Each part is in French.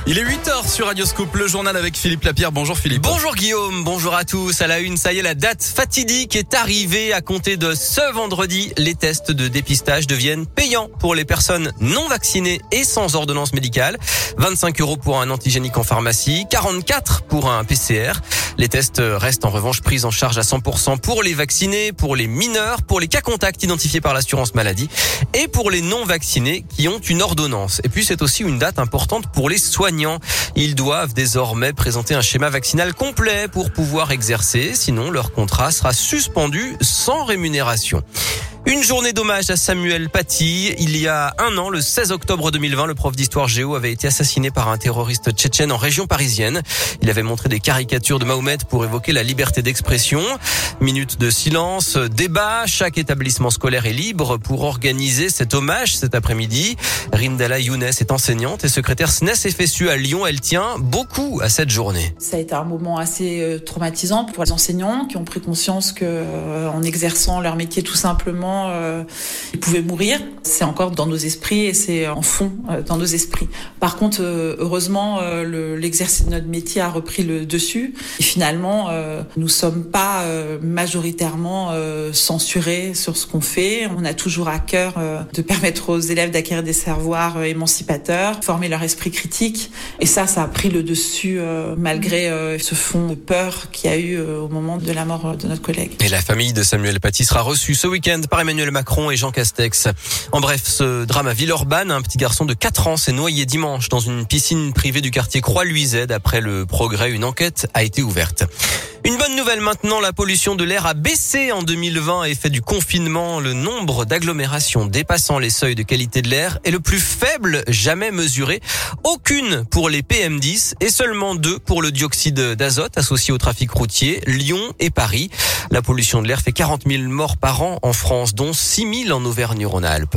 Il est 8h sur Radioscope, le journal avec Philippe Lapierre. Bonjour Philippe. Bonjour Guillaume, bonjour à tous. À la une, ça y est, la date fatidique est arrivée. À compter de ce vendredi, les tests de dépistage deviennent payants pour les personnes non vaccinées et sans ordonnance médicale. 25 € pour un antigénique en pharmacie, 44 pour un PCR. Les tests restent en revanche pris en charge à 100% pour les vaccinés, pour les mineurs, pour les cas contacts identifiés par l'assurance maladie et pour les non vaccinés qui ont une ordonnance. Et puis c'est aussi une date importante pour les soignants. Ils doivent désormais présenter un schéma vaccinal complet pour pouvoir exercer, sinon leur contrat sera suspendu sans rémunération. Une journée d'hommage à Samuel Paty. Il y a un an, le 16 octobre 2020, le prof d'histoire géo avait été assassiné par un terroriste tchétchène en région parisienne. Il avait montré des caricatures de Mahomet pour évoquer la liberté d'expression. Minute de silence, débat. Chaque établissement scolaire est libre pour organiser cet hommage cet après-midi. Rindala Younes est enseignante et secrétaire SNES FSU à Lyon. Elle tient beaucoup à cette journée. Ça a été un moment assez traumatisant pour les enseignants qui ont pris conscience que, en exerçant leur métier tout simplement, ils pouvaient mourir. C'est encore dans nos esprits et c'est en fond dans nos esprits. Par contre, heureusement, l'exercice de notre métier a repris le dessus. Et finalement, nous sommes pas majoritairement censurés sur ce qu'on fait. On a toujours à cœur de permettre aux élèves d'acquérir des savoirs émancipateurs, former leur esprit critique. Et ça a pris le dessus malgré ce fond de peur qu'il y a eu au moment de la mort de notre collègue. Et la famille de Samuel Paty sera reçue ce week-end par Emmanuel Macron et Jean Castex. En bref, ce drame à Villeurbanne, un petit garçon de 4 ans s'est noyé dimanche dans une piscine privée du quartier Croix-Luizet. D'après Le Progrès, une enquête a été ouverte. Une bonne nouvelle maintenant, la pollution de l'air a baissé en 2020 à effet du confinement. Le nombre d'agglomérations dépassant les seuils de qualité de l'air est le plus faible jamais mesuré. Aucune pour les PM10 et seulement 2 pour le dioxyde d'azote associé au trafic routier, Lyon et Paris. La pollution de l'air fait 40 000 morts par an en France, dont 6 000 en Auvergne-Rhône-Alpes.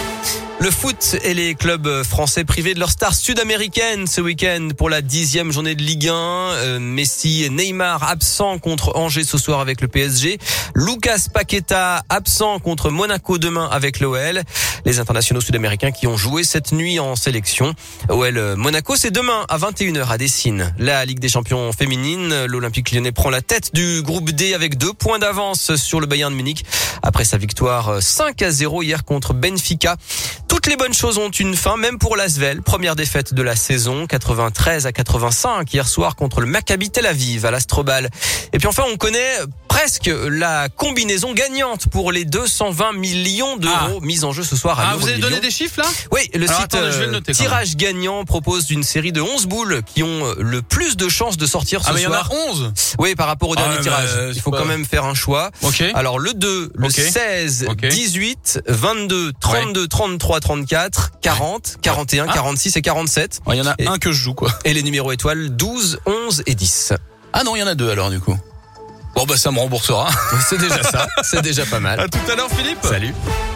Le foot et les clubs français privés de leurs stars sud-américaines ce week-end pour la 10e journée de Ligue 1. Messi et Neymar absents contre Angers ce soir avec le PSG. Lucas Paqueta absent contre Monaco demain avec l'OL. Les internationaux sud-américains qui ont joué cette nuit en sélection. OL Monaco, c'est demain à 21h à Dessine. La Ligue des champions féminines, l'Olympique lyonnais prend la tête du groupe D avec 2 points d'avance sur le Bayern de Munich après sa victoire 5-0 hier contre Benfica. Toutes les bonnes choses ont une fin, même pour l'Asvel. Première défaite de la saison, 93-85 hier soir contre le Maccabi Tel Aviv à l'Astrobal. Et puis enfin, on connaît presque la combinaison gagnante pour les 220 millions d'euros mis en jeu ce soir à l'Euro. Vous avez donné des chiffres là ? Oui, le alors, site attendez, je vais le noter, Tirage Gagnant propose une série de 11 boules qui ont le plus de chances de sortir ce soir. Ah mais il y en a 11 ? Oui, par rapport au dernier tirage. Il faut quand même faire un choix. Okay. Alors le 2, le 16, 18, 22, 32, 33, 34, 40, 41, 46 et 47. Il y en a un que je joue quoi. Et les numéros étoiles 12, 11 et 10. Ah non, il y en a 2 alors du coup. Bon bah ça me remboursera. C'est déjà ça, c'est déjà pas mal. À tout à l'heure Philippe. Salut.